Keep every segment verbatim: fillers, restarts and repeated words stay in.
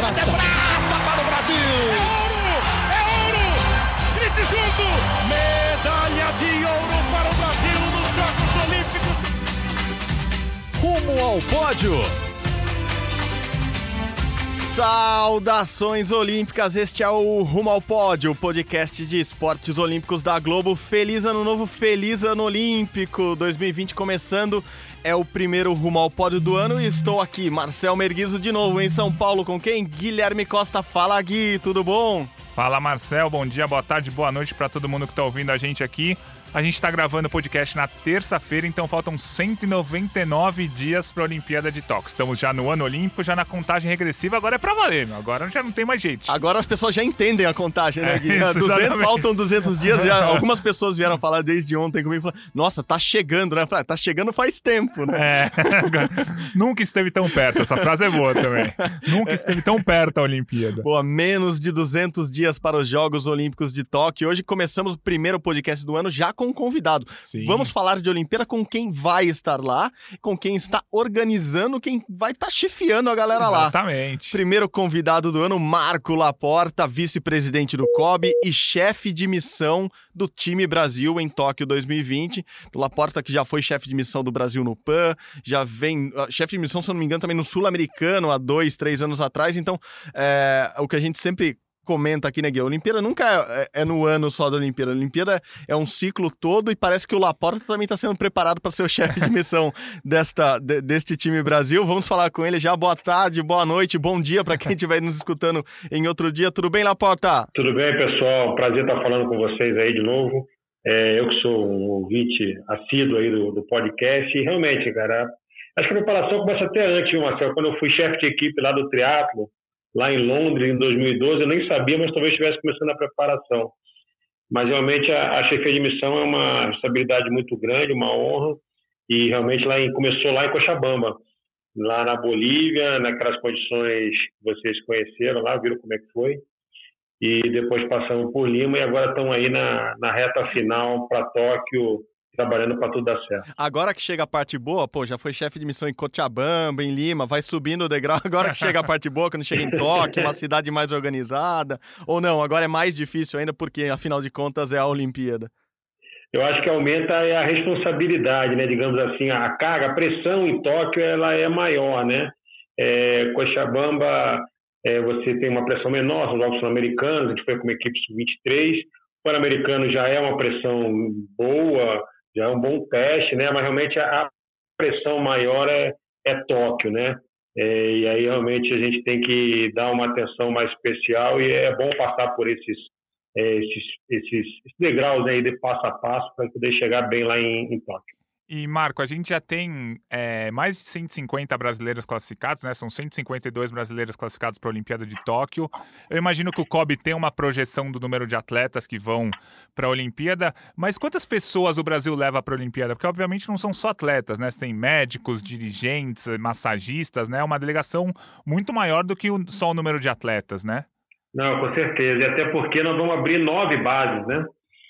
prata. É prata para o Brasil! É ouro! É ouro! Grite junto! Medalha de ouro para o Brasil nos Jogos Olímpicos! Rumo ao pódio! Saudações olímpicas, este é o Rumo ao Pódio, o podcast de esportes olímpicos da Globo. Feliz ano novo, feliz ano olímpico, dois mil e vinte começando, é o primeiro Rumo ao Pódio do ano e estou aqui, Marcel Merguizo de novo em São Paulo, com quem? Guilherme Costa. Fala, Gui, tudo bom? Fala, Marcel, bom dia, boa tarde, boa noite para todo mundo que está ouvindo a gente aqui. A gente está gravando o podcast na terça-feira, então faltam cento e noventa e nove dias para a Olimpíada de Tóquio. Estamos já no ano olímpico, já na contagem regressiva, agora é para valer, meu. Agora já não tem mais jeito. Agora as pessoas já entendem a contagem, né, Gui? É isso, duzentos, faltam duzentos dias, já, algumas pessoas vieram falar desde ontem comigo, falaram, nossa, tá chegando, né? Falei, tá chegando faz tempo, né? É, nunca esteve tão perto, essa frase é boa também. Nunca esteve tão perto a Olimpíada. Boa, menos de duzentos dias para os Jogos Olímpicos de Tóquio. Hoje começamos o primeiro podcast do ano já com um convidado. Sim. Vamos falar de Olimpíada com quem vai estar lá, com quem está organizando, quem vai estar chefiando a galera lá. Exatamente. Primeiro convidado do ano, Marco Laporta, vice-presidente do C O B e chefe de missão do time Brasil em Tóquio dois mil e vinte. Laporta que já foi chefe de missão do Brasil no P A N, já vem, chefe de missão, se eu não me engano, também no Sul-Americano há dois, três anos atrás. Então, é, o que a gente sempre comenta aqui, né, Gui? A Olimpíada nunca é, é no ano só da Olimpíada. A Olimpíada é um ciclo todo e parece que o Laporta também está sendo preparado para ser o chefe de missão desta, de, deste time Brasil. Vamos falar com ele já. Boa tarde, boa noite, bom dia para quem estiver nos escutando em outro dia. Tudo bem, Laporta? Tudo bem, pessoal. Prazer estar falando com vocês aí de novo. É, eu que sou um ouvinte assíduo aí do, do podcast e realmente, cara, acho que a preparação começa até antes, viu, Marcelo? Quando eu fui chefe de equipe lá do triatlo, lá em Londres, em dois mil e doze, eu nem sabia, mas talvez estivesse começando a preparação. Mas realmente a, a chefia de missão é uma responsabilidade muito grande, uma honra, e realmente lá em, começou lá em Cochabamba, lá na Bolívia, naquelas condições que vocês conheceram lá, viram como é que foi, e depois passamos por Lima e agora estão aí na, na reta final para Tóquio, trabalhando para tudo dar certo. Agora que chega a parte boa, pô, já foi chefe de missão em Cochabamba, em Lima, vai subindo o degrau, agora que chega a parte boa, quando chega em Tóquio, uma cidade mais organizada, ou não, agora é mais difícil ainda porque, afinal de contas, é a Olimpíada. Eu acho que aumenta a responsabilidade, né, digamos assim, a carga, a pressão em Tóquio, ela é maior, né, é, Cochabamba, é, você tem uma pressão menor, são os Jogos Sul-Americanos, a gente foi com uma equipe sub vinte e três, o Pan-Americano já é uma pressão boa, já é um bom teste, né? Mas realmente a pressão maior é, é Tóquio, né? É, e aí realmente a gente tem que dar uma atenção mais especial e é bom passar por esses, é, esses, esses, esses degraus aí de passo a passo para poder chegar bem lá em, em Tóquio. E, Marco, a gente já tem é, mais de cento e cinquenta brasileiros classificados, né? São cento e cinquenta e dois brasileiros classificados para a Olimpíada de Tóquio. Eu imagino que o C O B tem uma projeção do número de atletas que vão para a Olimpíada, mas quantas pessoas o Brasil leva para a Olimpíada? Porque, obviamente, não são só atletas, né? Tem médicos, dirigentes, massagistas, né? É uma delegação muito maior do que o, só o número de atletas, né? Não, com certeza. E até porque nós vamos abrir nove bases, né?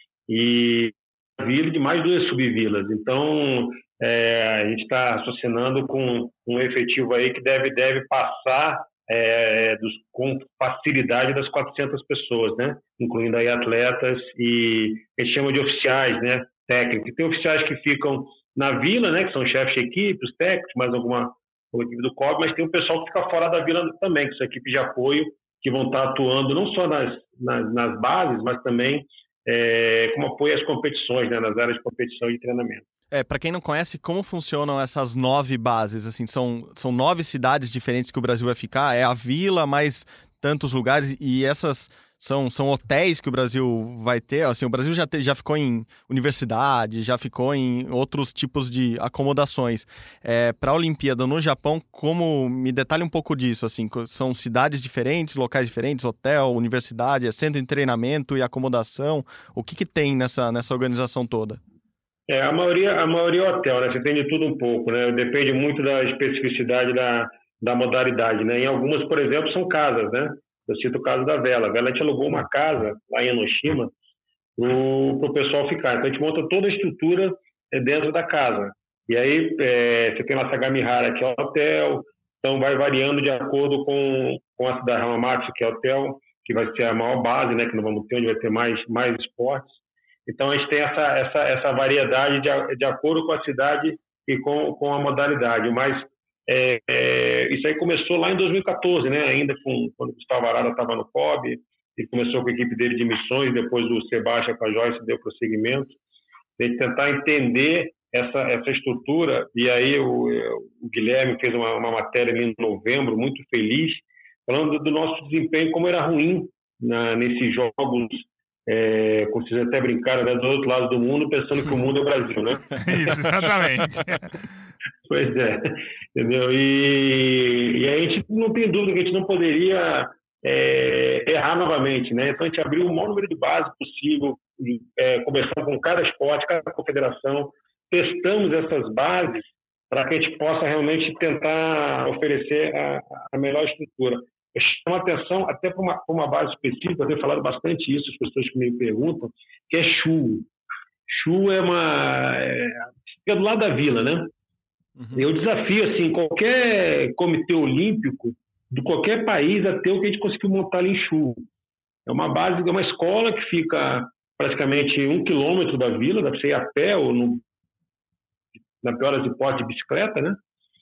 E vila de mais duas subvilas. Então, é, a gente está raciocinando com um efetivo aí que deve, deve passar é, dos, com facilidade das quatrocentas pessoas, né? Incluindo aí atletas e a gente chama de oficiais, né? Técnicos. Tem oficiais que ficam na vila, né? Que são chefes de equipe, os técnicos, mais alguma, alguma equipe do C O B, mas tem um pessoal que fica fora da vila também, que são equipes de apoio, que vão estar atuando não só nas, nas, nas bases, mas também É, como apoio às competições, né, nas áreas de competição e treinamento. É, para quem não conhece, como funcionam essas nove bases? Assim, são, são nove cidades diferentes que o Brasil vai ficar? É a vila, mais tantos lugares, e essas são, são hotéis que o Brasil vai ter? Assim, o Brasil já, te, já ficou em universidade, já ficou em outros tipos de acomodações. É, para a Olimpíada no Japão, como me detalhe um pouco disso? Assim, são cidades diferentes, locais diferentes, hotel, universidade, é centro de treinamento e acomodação? O que, que tem nessa, nessa organização toda? É, a maioria, a maioria é hotel, né? Você tem de tudo um pouco, né? Depende muito da especificidade da, da modalidade, né? Em algumas, por exemplo, são casas, né? Eu cito o caso da Vela. A Vela, a gente alugou uma casa lá em Enoshima para o pessoal ficar. Então, a gente monta toda a estrutura dentro da casa. E aí, é, você tem lá Sagamihara, que é o hotel, Então, vai variando de acordo com, com a cidade. Hamamatsu, que é o hotel, que vai ser a maior base, né, que nós vamos ter, onde vai ter mais, mais esportes. Então, a gente tem essa, essa, essa variedade de, de acordo com a cidade e com, com a modalidade. Mas é, é, isso aí começou lá em dois mil e quatorze, né, ainda com, quando o Gustavo Arara estava no C O B, ele começou com a equipe dele de missões, depois o Sebastião com a Joyce deu prosseguimento. A gente tentar entender essa, essa estrutura, e aí o, o Guilherme fez uma, uma matéria ali em novembro, muito feliz, falando do nosso desempenho, como era ruim na, nesses jogos, é, como vocês até brincaram, né, do outro lado do mundo, pensando que o mundo é o Brasil, né? Isso, exatamente. Pois é, entendeu? E, e a gente não tem dúvida que a gente não poderia é, errar novamente, né? Então a gente abriu o maior número de bases possível, é, conversando com cada esporte, cada confederação, testamos essas bases para que a gente possa realmente tentar oferecer a, a melhor estrutura. Eu chamo a atenção até para uma, uma base específica, eu tenho falado bastante isso, as pessoas que me perguntam, que é Chu. Chu é uma... É, é do lado da vila, né? Uhum. Eu desafio, assim, qualquer comitê olímpico de qualquer país a ter o que a gente conseguiu montar ali em Chu. É uma base, é uma escola que fica praticamente um quilômetro da vila, dá para você ir a pé ou, no, na pior das hipóteses, de bicicleta, né?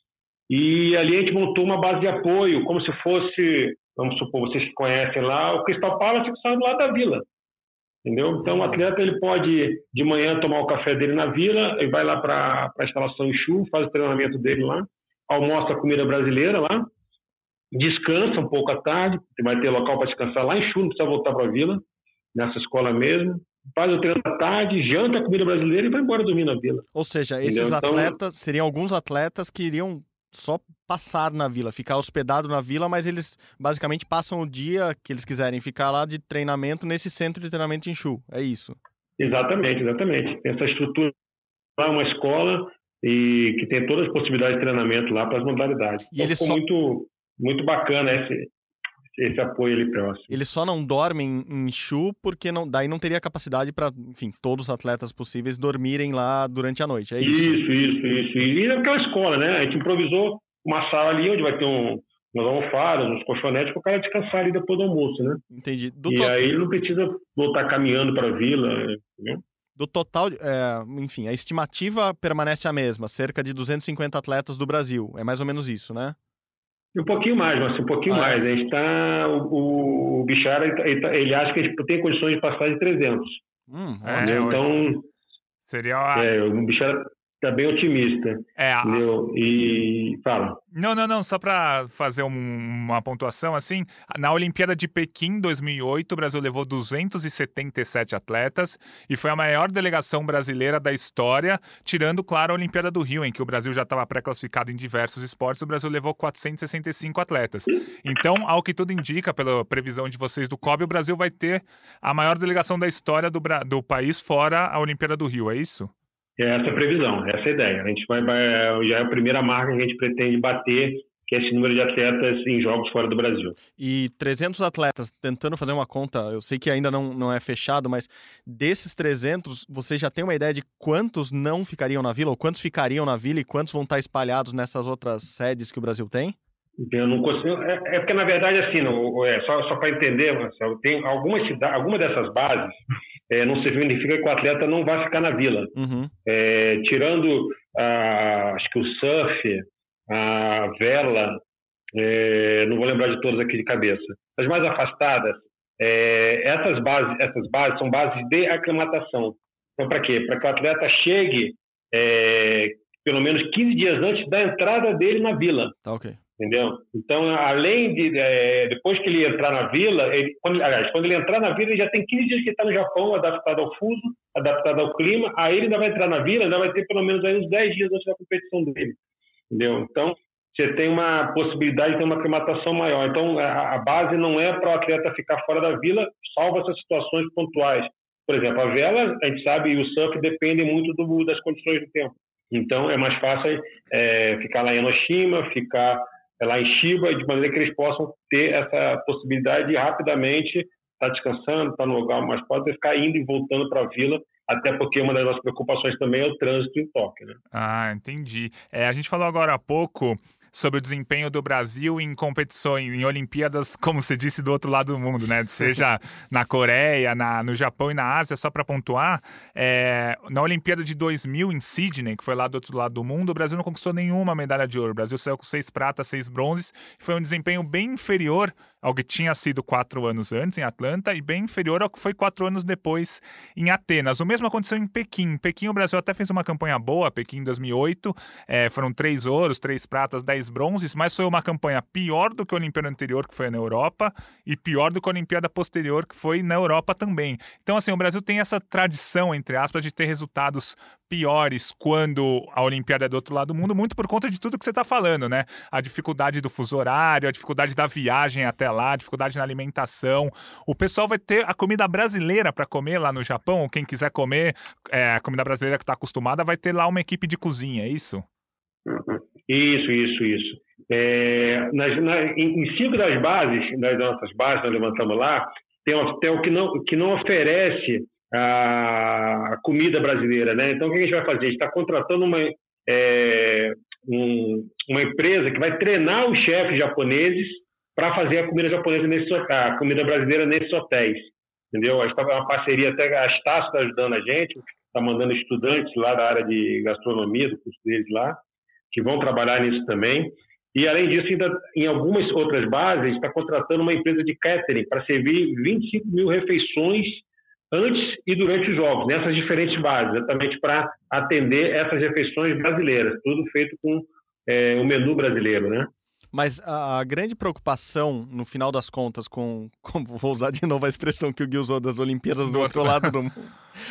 E ali a gente montou uma base de apoio, como se fosse, vamos supor, vocês que conhecem lá, o Crystal Palace, que está do lado da vila. Entendeu? Então o atleta ele pode de manhã tomar o café dele na vila, e vai lá para a instalação em Chu, faz o treinamento dele lá, almoça a comida brasileira lá, descansa um pouco à tarde, vai ter local para descansar lá em Chu, não precisa voltar para a vila, nessa escola mesmo, faz o treino à tarde, janta a comida brasileira e vai embora dormir na vila. Ou seja, esses Entendeu? atletas, então, seriam alguns atletas que iriam só passar na vila, ficar hospedado na vila, mas eles basicamente passam o dia que eles quiserem ficar lá de treinamento nesse centro de treinamento em Chu, é isso? Exatamente, exatamente. Tem essa estrutura lá, uma escola e que tem todas as possibilidades de treinamento lá para as modalidades. E então, ficou só... muito, muito bacana esse, esse apoio ali próximo. Eles só não dormem em Chu porque não, daí não teria capacidade para, enfim, todos os atletas possíveis dormirem lá durante a noite, é isso? Isso, isso, isso. E naquela escola, né? A gente improvisou uma sala ali onde vai ter um, umas almofadas, uns colchonetes para o cara descansar ali depois do almoço, né? Entendi. Do e to... aí ele não precisa voltar caminhando para a vila, entendeu? Do total, é, enfim, a estimativa permanece a mesma, cerca de duzentos e cinquenta atletas do Brasil, é mais ou menos isso, né? Um pouquinho mais, mas um pouquinho ah, mais. É? A gente tá, o, o Bichara, ele, ele acha que a gente tem condições de passar de trezentos. Hum, é, então, seria a... é, o Bichara tá bem otimista. É, a... entendeu? E fala. Não, não, não, só para fazer um, uma pontuação, assim, na Olimpíada de Pequim, dois mil e oito, o Brasil levou duzentos e setenta e sete atletas e foi a maior delegação brasileira da história, tirando, claro, a Olimpíada do Rio, em que o Brasil já estava pré-classificado em diversos esportes, o Brasil levou quatrocentos e sessenta e cinco atletas. Então, ao que tudo indica, pela previsão de vocês do C O B, o Brasil vai ter a maior delegação da história do, do país fora a Olimpíada do Rio, é isso? Essa é a previsão, essa é a ideia. A gente vai, vai, já é a primeira marca que a gente pretende bater, que é esse número de atletas em jogos fora do Brasil. E trezentos atletas, tentando fazer uma conta, eu sei que ainda não, não é fechado, mas desses trezentos, você já tem uma ideia de quantos não ficariam na vila, ou quantos ficariam na vila e quantos vão estar espalhados nessas outras sedes que o Brasil tem? Eu não consigo. É, é porque, na verdade, assim, não, é, só, só para entender, Marcelo, tem algumas cidades, alguma dessas bases, é, não significa que o atleta não vai ficar na vila. Uhum. É, tirando, a, acho que o surf, a vela, é, não vou lembrar de todas aqui de cabeça, as mais afastadas, é, essas bases, essas bases são bases de aclimatação. Então, para quê? Para que o atleta chegue é, pelo menos quinze dias antes da entrada dele na vila. Tá, ok. Entendeu? Então, além de... É, depois que ele entrar na vila, ele, quando, aliás, quando ele entrar na vila, ele já tem quinze dias que está no Japão, adaptado ao fuso, adaptado ao clima, aí ele ainda vai entrar na vila, ainda vai ter pelo menos aí uns dez dias antes da competição dele. Entendeu? Então, você tem uma possibilidade de ter uma aclimatação maior. Então, a, a base não é para o atleta ficar fora da vila, salvo essas situações pontuais. Por exemplo, a vela, a gente sabe, e o surf dependem muito do, das condições do tempo. Então, é mais fácil é, ficar lá em Enoshima, ficar lá em Chiba, de maneira que eles possam ter essa possibilidade de rapidamente estar tá descansando, estar tá no lugar mais próximo, ficar indo e voltando para a vila, até porque uma das nossas preocupações também é o trânsito em Tóquio, né? Ah, entendi. É, a gente falou agora há pouco sobre o desempenho do Brasil em competições, em Olimpíadas, como você disse, do outro lado do mundo, né? Seja na Coreia, na, no Japão e na Ásia, só para pontuar, é, na Olimpíada de dois mil em Sydney, que foi lá do outro lado do mundo, o Brasil não conquistou nenhuma medalha de ouro. O Brasil saiu com seis pratas, seis bronzes, foi um desempenho bem inferior ao que tinha sido quatro anos antes em Atlanta e bem inferior ao que foi quatro anos depois em Atenas. O mesmo aconteceu em Pequim. Em Pequim o Brasil até fez uma campanha boa, Pequim em dois mil e oito, é, foram três ouros, três pratas, dez bronzes, mas foi uma campanha pior do que a Olimpíada anterior, que foi na Europa, e pior do que a Olimpíada posterior, que foi na Europa também. Então, assim, o Brasil tem essa tradição, entre aspas, de ter resultados piores quando a Olimpíada é do outro lado do mundo, muito por conta de tudo que você está falando, né? A dificuldade do fuso horário, a dificuldade da viagem até lá, a dificuldade na alimentação. O pessoal vai ter a comida brasileira para comer lá no Japão, quem quiser comer é, a comida brasileira que está acostumada, vai ter lá uma equipe de cozinha, é isso? Isso, isso, isso. É, nas, na, em, em cinco das bases, das nossas bases, nós levantamos lá, tem um hotel que não, que não oferece a comida brasileira, né? Então, o que a gente vai fazer? A gente está contratando uma, é, um, uma empresa que vai treinar os chefes japoneses para fazer a comida japonesa nesse, a comida brasileira nesses hotéis, entendeu? A gente está uma parceria, até a Estácio está ajudando a gente, está mandando estudantes lá da área de gastronomia, do curso deles lá, que vão trabalhar nisso também. E, além disso, ainda, em algumas outras bases, a gente está contratando uma empresa de catering para servir vinte e cinco mil refeições antes e durante os jogos, nessas diferentes bases, exatamente para atender essas refeições brasileiras, tudo feito com é, o menu brasileiro, né? Mas a grande preocupação, no final das contas, com, com vou usar de novo a expressão que o Gui usou das Olimpíadas do outro lado do mundo,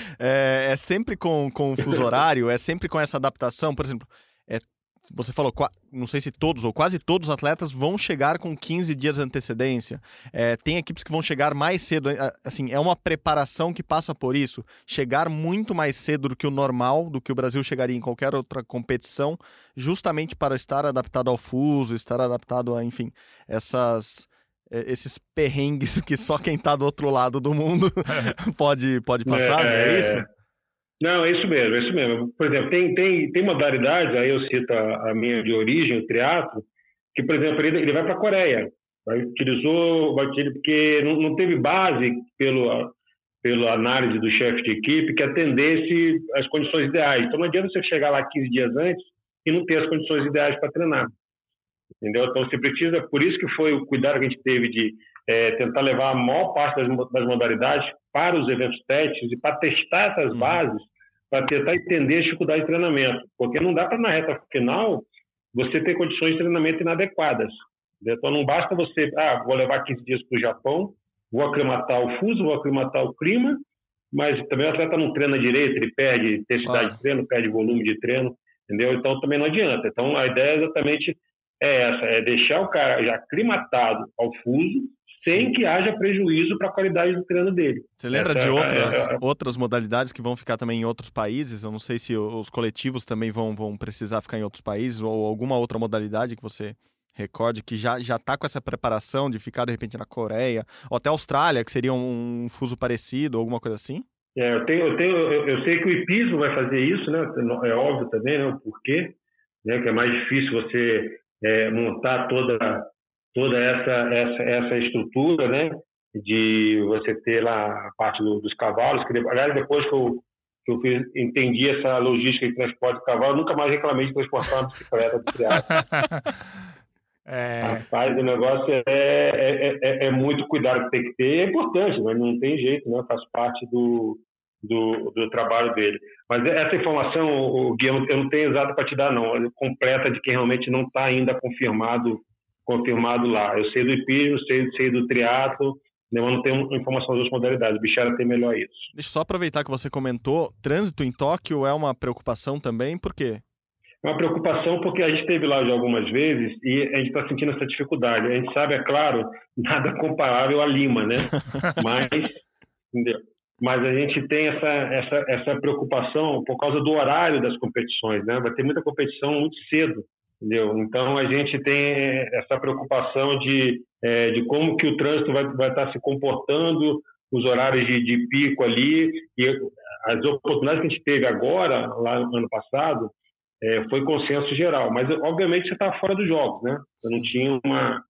é, é sempre com, com o fuso horário, é sempre com essa adaptação. Por exemplo, é, você falou, não sei se todos ou quase todos os atletas vão chegar com quinze dias de antecedência. É, tem equipes que vão chegar mais cedo. Assim, é uma preparação que passa por isso. Chegar muito mais cedo do que o normal, do que o Brasil chegaria em qualquer outra competição, justamente para estar adaptado ao fuso, estar adaptado a, enfim, essas, esses perrengues que só quem está do outro lado do mundo pode, pode passar, é, é isso? Não, é isso mesmo, é isso mesmo. Por exemplo, tem, tem, tem modalidades, aí eu cito a, a minha de origem, o triatlo, que, por exemplo, ele, ele vai para a Coreia. Vai, utilizou, vai, porque não, não teve base pelo, pela análise do chefe de equipe que atendesse as condições ideais. Então não adianta você chegar lá quinze dias antes e não ter as condições ideais para treinar. Entendeu? Então você precisa, por isso que foi o cuidado que a gente teve de é, tentar levar a maior parte das, das modalidades para os eventos técnicos e para testar essas bases, para tentar entender a dificuldade de treinamento, porque não dá para na reta final você ter condições de treinamento inadequadas. Então não basta você, ah, vou levar quinze dias para o Japão, vou aclimatar o fuso, vou aclimatar o clima, mas também o atleta não treina direito, ele perde intensidade ah. de treino, perde volume de treino, entendeu? Então também não adianta. Então a ideia exatamente é essa, é deixar o cara já aclimatado ao fuso, sem que haja prejuízo para a qualidade do treino dele. Você lembra Essa, de outras, é, é, outras modalidades que vão ficar também em outros países? Eu não sei se os coletivos também vão, vão precisar ficar em outros países ou alguma outra modalidade que você recorde que já já está com essa preparação de ficar de repente na Coreia ou até Austrália, que seria um fuso parecido, alguma coisa assim? É, eu, tenho, eu, tenho, eu, eu sei que o hipismo vai fazer isso, né? É óbvio também, né? O porquê, né? Que é mais difícil você é, montar toda toda essa, essa, essa estrutura, né, de você ter lá a parte do, dos cavalos, que aliás, depois que eu, que eu fiz, entendi essa logística de transporte de cavalo, nunca mais reclamei de transportar uma bicicleta do triatlo. É... Rapaz, o negócio é, é, é, é muito cuidado que tem que ter, é importante, mas não tem jeito, né, faz parte do, do, do trabalho dele. Mas essa informação, o Guilherme, eu não tenho exato para te dar, não, completa de quem realmente não está ainda confirmado confirmado lá. Eu sei do hipismo, sei, sei do triatlo, mas não tenho informação das outras modalidades. O Bichara tem melhor isso. Deixa eu só aproveitar que você comentou, trânsito em Tóquio é uma preocupação também, por quê? É uma preocupação porque a gente esteve lá já algumas vezes e a gente está sentindo essa dificuldade. A gente sabe, é claro, nada comparável a Lima, né? Mas, entendeu? Mas a gente tem essa, essa, essa preocupação por causa do horário das competições, né? Vai ter muita competição muito cedo. Entendeu? Então a gente tem essa preocupação de, é, de como que o trânsito vai, vai estar se comportando, os horários de, de pico ali, e as oportunidades que a gente teve agora, lá no ano passado, é, foi consenso geral. Mas, obviamente, você está fora dos jogos, né? Você não tinha uma,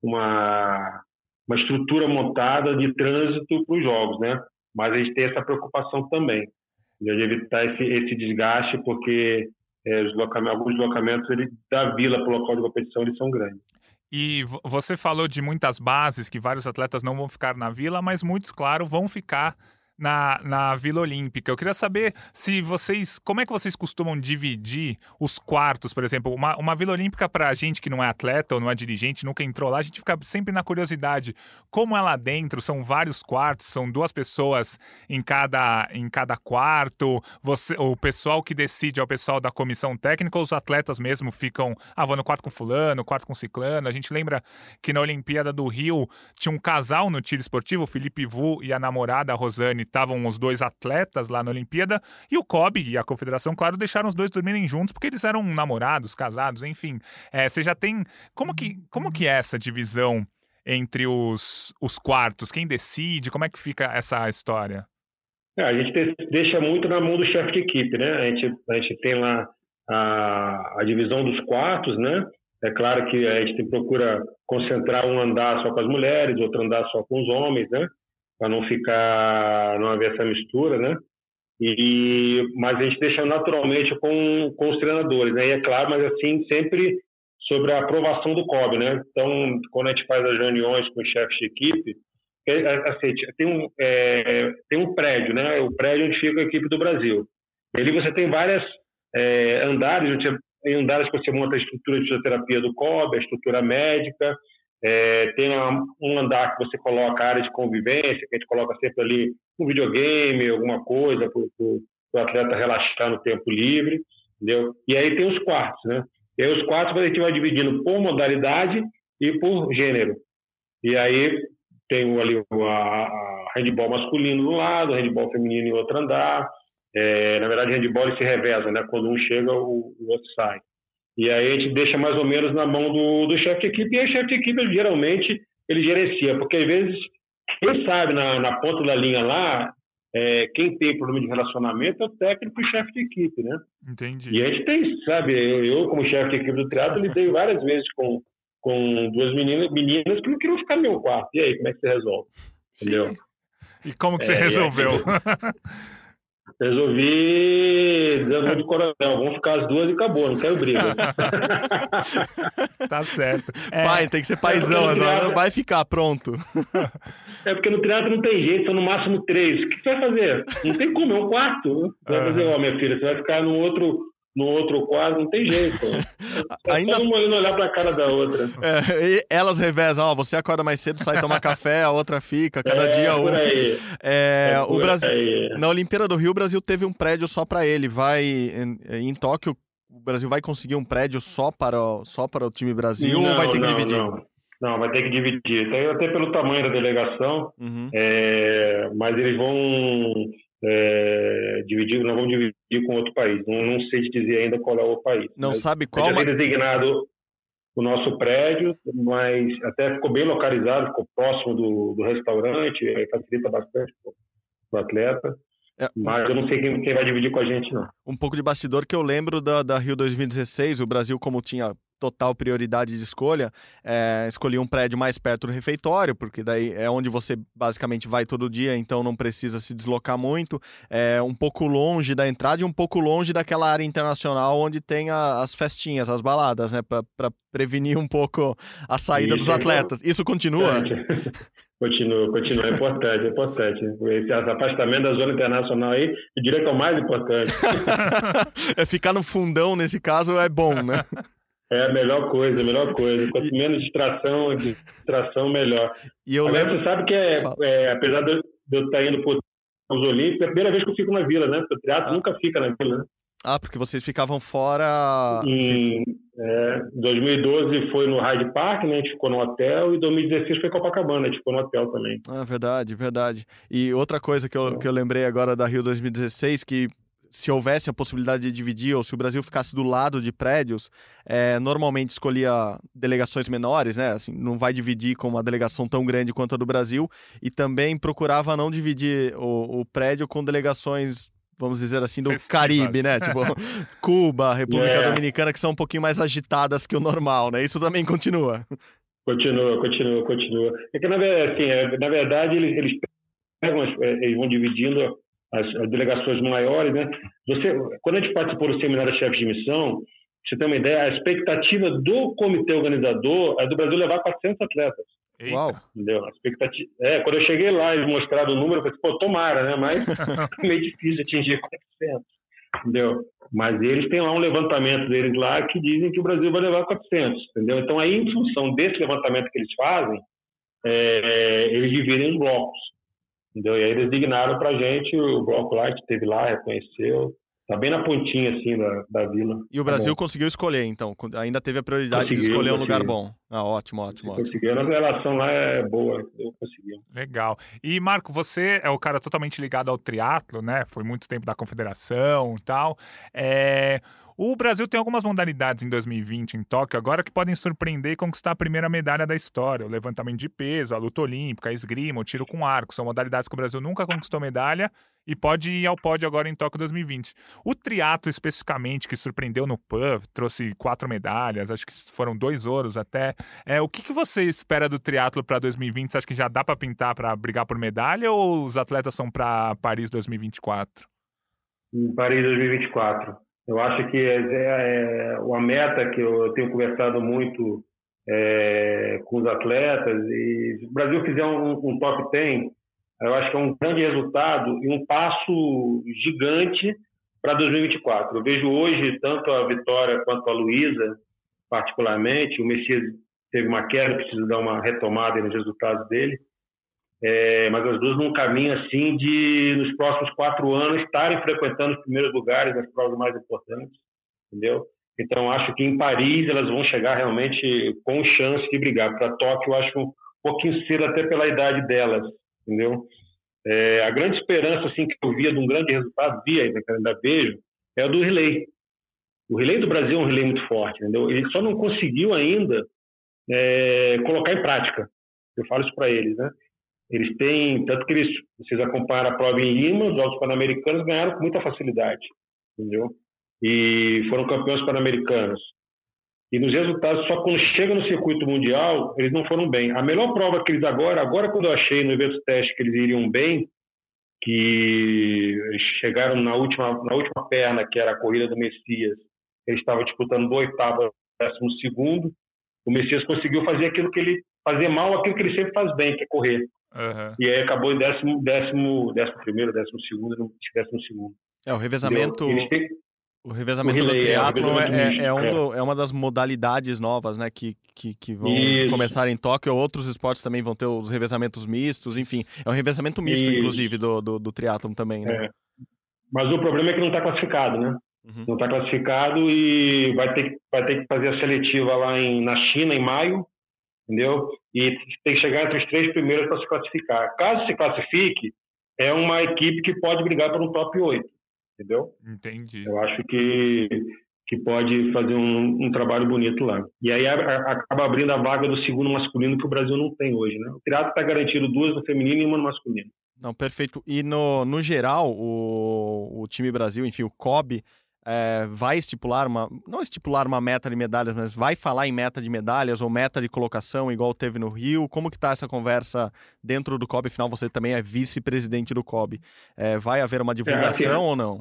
uma, uma estrutura montada de trânsito para os jogos, né? Mas a gente tem essa preocupação também, de evitar esse, esse desgaste, porque é, os deslocamentos, alguns deslocamentos ele, da vila para o local de competição eles são grandes. E você falou de muitas bases, que vários atletas não vão ficar na vila, mas muitos, claro, vão ficar na, na Vila Olímpica. Eu queria saber se vocês, como é que vocês costumam dividir os quartos, por exemplo, uma, uma Vila Olímpica para a gente que não é atleta ou não é dirigente, nunca entrou lá, a gente fica sempre na curiosidade, como é lá dentro, são vários quartos, são duas pessoas em cada, em cada quarto, você, o pessoal que decide é o pessoal da comissão técnica, ou os atletas mesmo ficam, ah, vou no quarto com fulano, quarto com ciclano. A gente lembra que na Olimpíada do Rio tinha um casal no tiro esportivo, o Felipe Vu e a namorada, a Rosane, estavam os dois atletas lá na Olimpíada, e o C O B e a Confederação, claro, deixaram os dois dormirem juntos, porque eles eram namorados, casados, enfim. É, você já tem... Como que, como que é essa divisão entre os, os quartos? Quem decide? Como é que fica essa história? É, a gente deixa muito na mão do chefe de equipe, né? A gente, a gente tem lá a, a divisão dos quartos, né? É claro que a gente procura concentrar um andar só com as mulheres, outro andar só com os homens, né? Para não ficar, não haver essa mistura, né? E, mas a gente deixa naturalmente com, com os treinadores, né? E é claro, mas assim, sempre sobre a aprovação do C O B, né? Então, quando a gente faz as reuniões com os chefes de equipe, é, assim, tem, um, é, tem um prédio, né? O prédio onde fica a equipe do Brasil. E ali você tem várias é, andares, tem andares que você monta a estrutura de fisioterapia do C O B, a estrutura médica. É, tem um andar que você coloca a área de convivência, que a gente coloca sempre ali um videogame, alguma coisa para o atleta relaxar no tempo livre, entendeu? E aí tem os quartos, né? E aí os quartos a gente vai dividindo por modalidade e por gênero. E aí tem ali a, a handball masculino de um lado, handball feminino em outro andar. É, na verdade, handball ele se reveza, né? Quando um chega, o, o outro sai. E aí a gente deixa mais ou menos na mão do, do chefe de equipe, e aí o chefe de equipe, ele, geralmente, ele gerencia, porque às vezes, quem sabe na, na ponta da linha lá, é, quem tem problema de relacionamento é o técnico e o chefe de equipe, né? Entendi. E a gente tem, sabe, eu, eu como chefe de equipe do triatlo, lidei várias vezes com, com duas meninas, meninas que não queriam ficar no meu quarto. E aí, como é que você resolve? Entendeu? E como que você é, resolveu? Resolvi dando de coronel, vamos ficar as duas e acabou, não quero briga. Tá certo. É... Pai, tem que ser paizão, triatlo... vai ficar pronto. É porque no triatlo não tem jeito, são no máximo três. O que você vai fazer? Não tem como, é um quarto. Você vai fazer, ó, oh, minha filha, você vai ficar no outro, no outro quarto, não tem jeito. É ainda todo mundo olhar pra cara da outra. É, elas revezam, ó, você acorda mais cedo, sai tomar café, a outra fica, cada é, dia por um. Aí. É, é o Brasil, aí. Na Olimpíada do Rio, o Brasil teve um prédio só para ele. Vai em, em Tóquio, o Brasil vai conseguir um prédio só para, só para o time Brasil não, ou vai ter que não, dividir? Não. não, vai ter que dividir. Até, até pelo tamanho da delegação, uhum. é, mas eles vão é, dividir, não vão dividir com outro país. Não, não sei te dizer ainda qual é o país. Não sabe qual? Já mas... tem designado o nosso prédio, mas até ficou bem localizado, ficou próximo do, do restaurante, facilita bastante para o atleta. É, mas eu não sei quem, quem vai dividir com a gente, não. Um pouco de bastidor que eu lembro da, da Rio dois mil e dezesseis, o Brasil, como tinha total prioridade de escolha, é, escolhi um prédio mais perto do refeitório, porque daí é onde você basicamente vai todo dia, então não precisa se deslocar muito, é um pouco longe da entrada e um pouco longe daquela área internacional onde tem a, as festinhas, as baladas, né, para prevenir um pouco a saída Isso, dos atletas. Isso continua? É. Continua, continua, é importante, é importante. Esse afastamento da zona internacional aí, eu diria que é o mais importante. É ficar no fundão, nesse caso, é bom, né? É a melhor coisa, a melhor coisa. Quanto menos distração, distração, melhor. E eu Agora, lembro... você sabe que, é, é, apesar de eu estar indo para os Olímpicos, é a primeira vez que eu fico na Vila, né? Porque o triatlo ah. nunca fica na Vila, né? Ah, porque vocês ficavam fora... Em é, dois mil e doze foi no Hyde Park, né? A gente ficou no hotel, e dois mil e dezesseis foi Copacabana, a gente ficou no hotel também. Ah, verdade, verdade. E outra coisa que eu, que eu lembrei agora da Rio dois mil e dezesseis, que se houvesse a possibilidade de dividir, ou se o Brasil ficasse do lado de prédios, é, normalmente escolhia delegações menores, né? Assim, não vai dividir com uma delegação tão grande quanto a do Brasil, e também procurava não dividir o, o prédio com delegações vamos dizer assim, do Festivas. Caribe, né? Tipo, Cuba, República É. Dominicana, que são um pouquinho mais agitadas que o normal, né? Isso também continua. Continua, continua, continua. É que, na verdade, assim, é, na verdade eles, eles pegam, as- é, eles vão dividindo as, as delegações maiores, né? Você, quando a gente participou do seminário de chefes de missão, pra você ter uma ideia, a expectativa do comitê organizador é do Brasil levar quatrocentos atletas. Eita. Uau. Entendeu? A expectativa... É, quando eu cheguei lá e mostraram o número, eu falei, pô, tomara, né? Mas é meio difícil atingir quatrocentos. Entendeu? Mas eles têm lá um levantamento deles lá que dizem que o Brasil vai levar quatrocentos. Entendeu? Então, aí, em função desse levantamento que eles fazem, é, eles dividem em blocos. Entendeu? E aí eles designaram pra gente, o bloco lá, que esteve lá, reconheceu. Tá bem na pontinha, assim, da, da vila. E o Tá Brasil bom. conseguiu escolher, então. Ainda teve a prioridade de Conseguiu, escolher um lugar conseguiu. bom. Ah, ótimo, ótimo, ótimo. Conseguiu. A relação lá é boa, eu consegui. Legal. E, Marco, você é o cara totalmente ligado ao triatlo, né? Foi muito tempo da confederação e tal. É... O Brasil tem algumas modalidades em dois mil e vinte em Tóquio agora que podem surpreender e conquistar a primeira medalha da história. O levantamento de peso, a luta olímpica, a esgrima, o tiro com arco. São modalidades que o Brasil nunca conquistou medalha e pode ir ao pódio agora em Tóquio dois mil e vinte. O triatlo especificamente, que surpreendeu no P U B, trouxe quatro medalhas, acho que foram dois ouros até. É, o que, que você espera do triatlo para dois mil e vinte? Você acha que já dá para pintar para brigar por medalha ou os atletas são para Paris dois mil e vinte e quatro? Em Paris dois mil e vinte e quatro. Eu acho que é, é, é uma meta que eu tenho conversado muito é, com os atletas, e se o Brasil fizer um, um top dez, eu acho que é um grande resultado e um passo gigante para dois mil e vinte e quatro. Eu vejo hoje tanto a Vitória quanto a Luísa, particularmente, o Messias teve uma queda, precisa dar uma retomada nos resultados dele, É, mas as duas num caminho assim de, nos próximos quatro anos, estarem frequentando os primeiros lugares nas provas mais importantes, entendeu? Então, acho que em Paris elas vão chegar realmente com chance de brigar. Para Tóquio, eu acho um pouquinho cedo até pela idade delas, entendeu? É, a grande esperança assim, que eu via de um grande resultado, via ainda vejo, é o do relay. O relay do Brasil é um relay muito forte, entendeu? Ele só não conseguiu ainda é, colocar em prática. Eu falo isso para eles, né? Eles têm, tanto que eles, vocês acompanharam a prova em Lima, os Jogos Pan-Americanos ganharam com muita facilidade, entendeu? E foram campeões pan-americanos. E nos resultados, só quando chega no circuito mundial, eles não foram bem. A melhor prova que eles agora, agora quando eu achei no evento teste que eles iriam bem, que eles chegaram na última, na última perna, que era a corrida do Messias, eles estavam disputando do oitavo ao décimo segundo, o Messias conseguiu fazer aquilo que ele, fazer mal aquilo que ele sempre faz bem, que é correr. Uhum. E aí acabou em décimo, décimo, décimo primeiro, décimo segundo, décimo segundo. É, o revezamento, têm... o revezamento o relay, do triatlo é, é, é, é, um é. do, é uma das modalidades novas, né, que, que, que vão Isso. começar em Tóquio. Outros esportes também vão ter os revezamentos mistos, enfim. É um revezamento misto, Isso. inclusive, do, do, do triatlo também, né? É. Mas o problema é que não está classificado, né? Uhum. Não está classificado e vai ter, vai ter que fazer a seletiva lá em, na China, em maio, entendeu? E tem que chegar entre os três primeiros para se classificar. Caso se classifique, é uma equipe que pode brigar por um top oito, entendeu? Entendi. Eu acho que, que pode fazer um, um trabalho bonito lá. E aí a, a, acaba abrindo a vaga do segundo masculino que o Brasil não tem hoje, né? O triatlo está garantido duas no feminino e uma no masculino. Não, perfeito. E no, no geral, o, o time Brasil, enfim, o C O B, é, vai estipular uma, não estipular uma meta de medalhas, mas vai falar em meta de medalhas ou meta de colocação, igual teve no Rio? Como que está essa conversa dentro do C O B? Afinal, você também é vice-presidente do C O B. É, vai haver uma divulgação é, assim, ou não?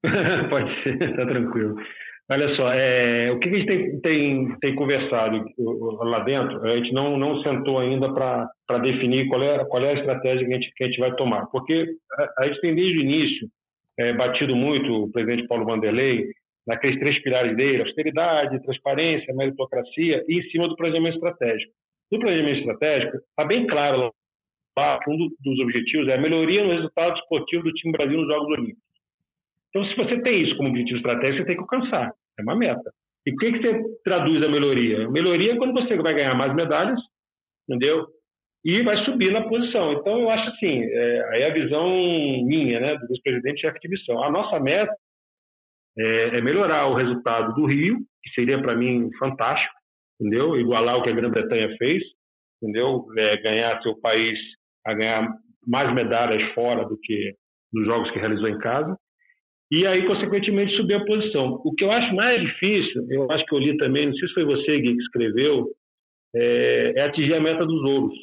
Pode ser, tá tranquilo. Olha só, é, o que a gente tem, tem, tem conversado lá dentro, a gente não, não sentou ainda para definir qual é, qual é a estratégia que a, gente, que a gente vai tomar, porque a, a gente tem desde o início é, batido muito o presidente Paulo Vanderlei naqueles três pilares dele, austeridade, transparência, meritocracia e em cima do planejamento estratégico. No planejamento estratégico, está bem claro lá que um dos objetivos é a melhoria no resultado esportivo do time Brasil nos Jogos Olímpicos. Então, se você tem isso como objetivo estratégico, você tem que alcançar. É uma meta. E o que, que você traduz a melhoria? Melhoria é quando você vai ganhar mais medalhas, entendeu? E vai subir na posição. Então, eu acho assim, é, aí a visão minha, né, do vice-presidente chefe de missão. A nossa meta é, é melhorar o resultado do Rio, que seria, para mim, fantástico, entendeu? Igualar o que a Grã-Bretanha fez, entendeu? É, ganhar seu país a ganhar mais medalhas fora do que nos jogos que realizou em casa. e aí, consequentemente, subir a posição. O que eu acho mais difícil, eu acho que eu li também, não sei se foi você, Gui, que escreveu, é, é atingir a meta dos ouros.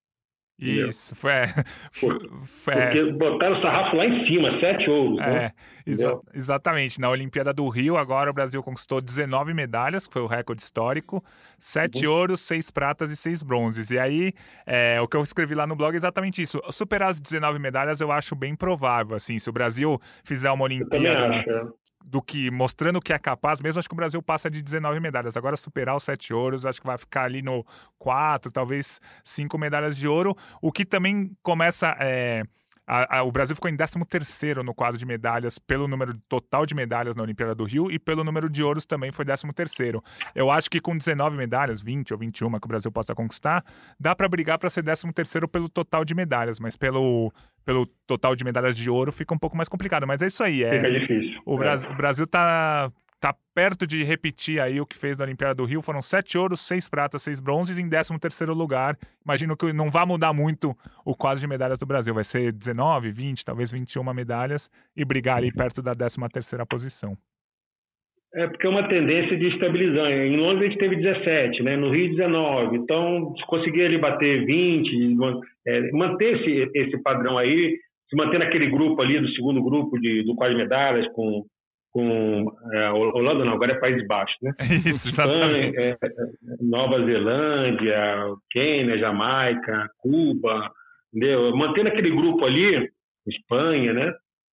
Isso, foi, foi, foi. Porque botaram o sarrafo lá em cima, sete ouros. É, né? exa exatamente. Na Olimpíada do Rio, agora o Brasil conquistou dezenove medalhas, que foi o recorde histórico, sete uhum. ouros, seis pratas e seis bronzes. E aí, é, o que eu escrevi lá no blog é exatamente isso. Superar as dezenove medalhas eu acho bem provável. Assim, se o Brasil fizer uma Olimpíada acho, é. do que, mostrando que é capaz, mesmo acho que o Brasil passa de dezenove medalhas. Agora, superar os sete ouros, acho que vai ficar ali no quatro, talvez cinco medalhas de ouro, o que também começa... É, a, a, o Brasil ficou em décimo terceiro no quadro de medalhas pelo número total de medalhas na Olimpíada do Rio e pelo número de ouros também foi décimo terceiro. Eu acho que com dezenove medalhas, vinte ou vinte e uma que o Brasil possa conquistar, dá para brigar para ser décimo terceiro pelo total de medalhas, mas pelo... pelo total de medalhas de ouro fica um pouco mais complicado, mas é isso aí. É, fica difícil. O, Bra é. o Brasil tá, tá perto de repetir aí o que fez na Olimpíada do Rio, foram sete ouros, seis pratas, seis bronzes em décimo terceiro lugar. Imagino que não vai mudar muito o quadro de medalhas do Brasil, vai ser dezenove, vinte, talvez vinte e uma medalhas e brigar ali perto da décima terceira posição. É porque é uma tendência de estabilizar. Em Londres a gente teve dezessete, né? No Rio dezenove. Então, se conseguir ali bater vinte, é, manter esse, esse padrão aí, se manter naquele grupo ali, do segundo grupo de, do quadro de medalhas, com, com é, Holanda não, agora é Países Baixos, né? Isso, exatamente. Espanha, é, Nova Zelândia, Quênia, Jamaica, Cuba, entendeu? Mantendo aquele grupo ali, Espanha, né?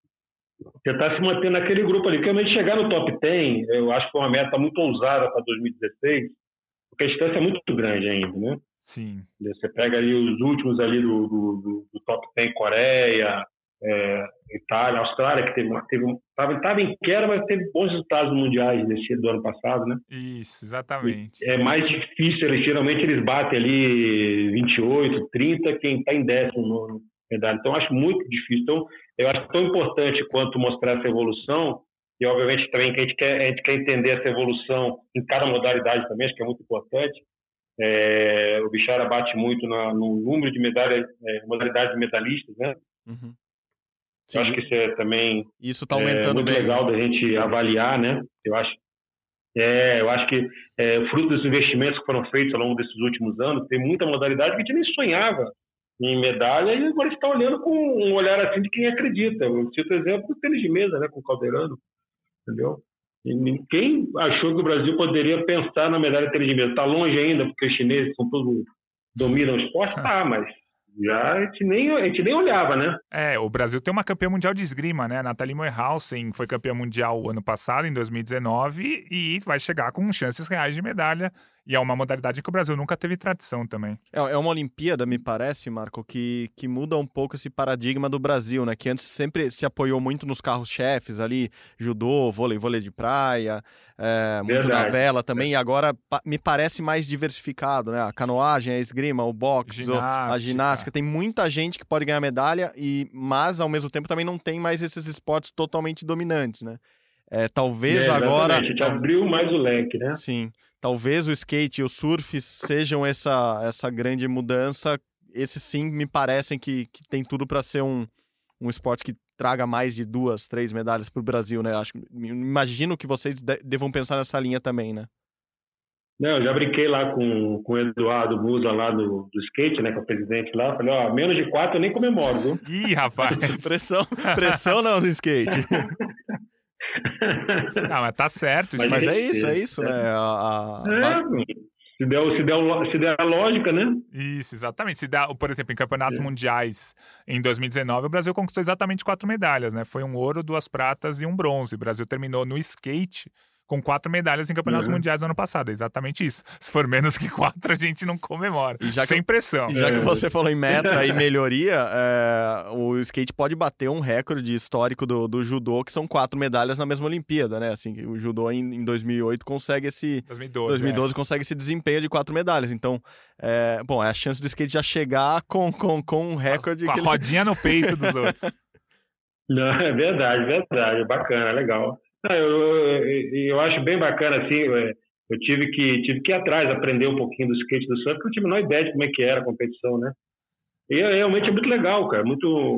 Tentar se manter naquele grupo ali. Porque realmente chegar no top dez, eu acho que foi uma meta muito ousada para dois mil e dezesseis, porque a distância é muito grande ainda, né? Sim. Você pega ali os últimos ali do, do, do top dez, Coreia, é, Itália, Austrália, que teve, teve tava, tava em queda, mas teve bons resultados mundiais nesse do ano passado, né? Isso, exatamente. E é mais difícil, eles, geralmente eles batem ali vinte e oito, trinta, quem está em décimo nono medalha. Então, eu acho muito difícil. Então, eu acho tão importante quanto mostrar essa evolução, e obviamente também que a gente quer, a gente quer entender essa evolução em cada modalidade também, acho que é muito importante. É, o Bichara bate muito na, no número de medalhas, é, modalidades de medalhistas, né? Uhum. Eu acho que isso é também isso tá aumentando é, muito bem. legal da gente avaliar, né? Eu acho, é, eu acho que é, fruto dos investimentos que foram feitos ao longo desses últimos anos, tem muita modalidade que a gente nem sonhava em medalha, e agora está olhando com um olhar assim de quem acredita. Eu cito o exemplo do tênis de mesa, né, com o Calderano, entendeu? E ninguém achou que o Brasil poderia pensar na medalha de tênis de mesa. Está longe ainda, porque os chineses são todos, dominam o esporte, tá, mas já a gente, nem, a gente nem olhava, né? É, o Brasil tem uma campeã mundial de esgrima, né? Nathalie Moerhausen foi campeã mundial ano passado, em dois mil e dezenove, e vai chegar com chances reais de medalha. E é uma modalidade que o Brasil nunca teve tradição também. É uma Olimpíada, me parece, Marco, que, que muda um pouco esse paradigma do Brasil, né? Que antes sempre se apoiou muito nos carros-chefes ali, judô, vôlei, vôlei de praia, é, muito na vela também, é. E agora pa me parece mais diversificado, né? A canoagem, a esgrima, o boxe, ginástica. a ginástica, tem muita gente que pode ganhar medalha, e, mas ao mesmo tempo também não tem mais esses esportes totalmente dominantes, né? É, talvez é, agora... A gente abriu mais o leque, né? Sim. Talvez o skate e o surf sejam essa, essa grande mudança. Esses sim me parecem que, que tem tudo para ser um, um esporte que traga mais de duas, três medalhas para o Brasil, né? Acho, imagino que vocês de, devam pensar nessa linha também, né? Não, eu já brinquei lá com, com o Eduardo Musa lá do, do skate, né? Com o presidente lá. Falei, ó, menos de quatro eu nem comemoro, viu? Ih, rapaz! pressão, pressão não no skate. Não, mas tá certo. Mas, mas é isso, é isso, né? A, a... É, se, der, se, der, se der a lógica, né? Isso, exatamente. Se der, por exemplo, em campeonatos é. mundiais em dois mil e dezenove, o Brasil conquistou exatamente quatro medalhas, né? Foi um ouro, duas pratas e um bronze. O Brasil terminou no skate com quatro medalhas em campeonatos uhum. mundiais no ano passado. É exatamente isso. Se for menos que quatro, a gente não comemora. Sem que, pressão. E já é. que você falou em meta e melhoria, é, o skate pode bater um recorde histórico do, do judô, que são quatro medalhas na mesma Olimpíada, né? Assim, o judô em, em dois mil e oito consegue esse... dois mil e doze, dois mil e doze é. consegue esse desempenho de quatro medalhas. Então, é, bom, é a chance do skate já chegar com, com, com um recorde... Com a que rodinha ele... no peito dos outros. Não, é verdade, verdade. Bacana, legal. Não, eu, eu, eu acho bem bacana, assim, eu tive que, tive que ir atrás, aprender um pouquinho do skate do surf, porque eu tive a menor ideia de como é que era a competição, né? E realmente é muito legal, cara, muito,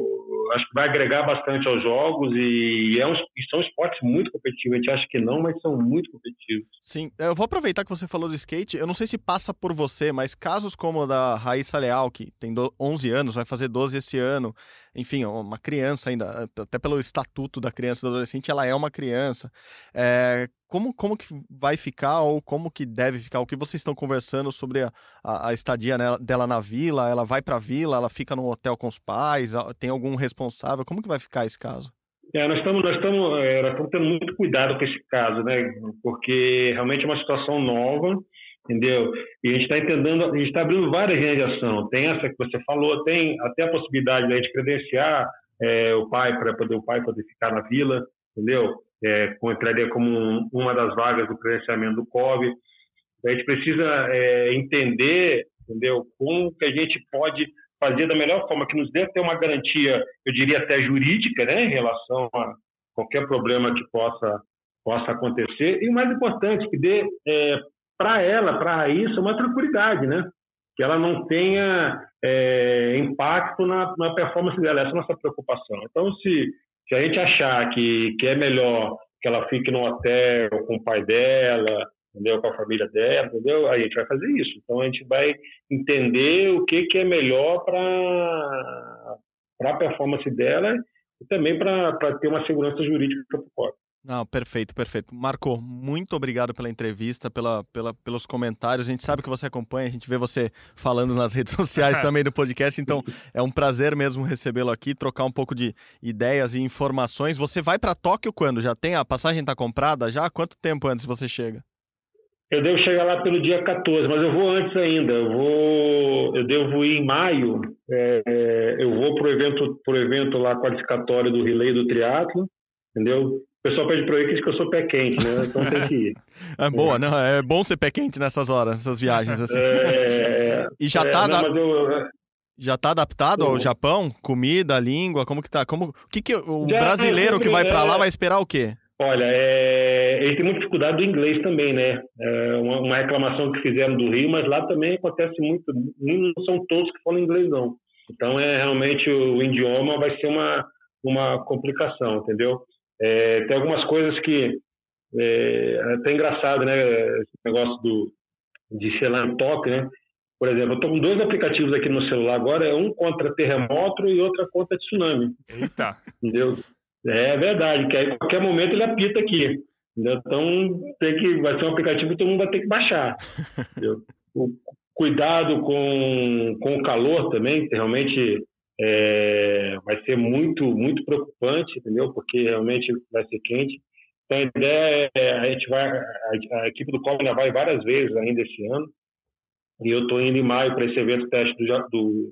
acho que vai agregar bastante aos jogos e, é um, e são esportes muito competitivos. A gente acha que não, mas são muito competitivos. Sim, eu vou aproveitar que você falou do skate. Eu não sei se passa por você, mas casos como o da Raíssa Leal, que tem onze anos, vai fazer doze esse ano, enfim, uma criança ainda, até pelo estatuto da criança e do adolescente, ela é uma criança. É, como, como que vai ficar ou como que deve ficar? O que vocês estão conversando sobre a, a, a estadia né, dela na vila? Ela vai para a vila, ela fica no hotel com os pais, tem algum responsável? Como que vai ficar esse caso? É, nós estamos nós estamos é, nós estamos tendo muito cuidado com esse caso, né? Porque realmente é uma situação nova, entendeu? E a gente está entendendo, a gente está abrindo várias linhas de ação. Tem essa que você falou, tem até a possibilidade de a gente credenciar é, o pai para poder o pai poder ficar na vila, entendeu? É, entraria como um, uma das vagas do credenciamento do C O B. A gente precisa é, entender, entendeu? Como que a gente pode fazer da melhor forma, que nos dê até uma garantia, eu diria até jurídica, né, em relação a qualquer problema que possa, possa acontecer. E o mais importante, que dê é, para ela, para a Raíssa, uma tranquilidade, né? Que ela não tenha é, impacto na, na performance dela. Essa é a nossa preocupação. Então, se, se a gente achar que, que é melhor que ela fique no hotel com o pai dela, entendeu? Com a família dela, entendeu? Aí a gente vai fazer isso. Então a gente vai entender o que, que é melhor para a performance dela e também para ter uma segurança jurídica para o C O B. Não, perfeito, perfeito. Marco, muito obrigado pela entrevista, pela, pela, pelos comentários. A gente sabe que você acompanha, a gente vê você falando nas redes sociais também do podcast, então é um prazer mesmo recebê-lo aqui, trocar um pouco de ideias e informações. Você vai para Tóquio quando? Já tem? A passagem está comprada já? Quanto tempo antes você chega? Eu devo chegar lá pelo dia quatorze, mas eu vou antes ainda. Eu, vou, eu devo ir em maio. É, eu vou para o evento, pro evento lá qualificatório do relay do triatlo, entendeu? O pessoal pede para eu ir que diz que eu sou pé quente, né? Então tem que ir. É boa, é. Não, é bom ser pé quente nessas horas, nessas viagens assim. É, e já é, tá não, da... mas eu, já tá adaptado eu... ao Japão? Comida, língua, como que tá? Como... O que, que o já, brasileiro que vai para lá vai esperar o quê? Olha, é, ele tem muita dificuldade do inglês também, né? É uma, uma reclamação que fizeram do Rio, mas lá também acontece muito. Não são todos que falam inglês, não. Então, é realmente o, o idioma vai ser uma, uma complicação, entendeu? É, tem algumas coisas que é, é até engraçado, né? Esse negócio do, de ser lá em Tóquio, né? Por exemplo, eu estou com dois aplicativos aqui no celular agora, um contra terremoto e outro contra tsunami. Eita! Entendeu? É verdade, que aí a qualquer momento ele apita aqui. Entendeu? Então tem que, vai ser um aplicativo que todo mundo vai ter que baixar. Entendeu? O cuidado com, com o calor também, que realmente é, vai ser muito, muito preocupante, entendeu? Porque realmente vai ser quente. Então a ideia é, a gente vai, a, a equipe do C O B ainda vai várias vezes ainda esse ano. E eu estou indo em maio para esse evento teste do,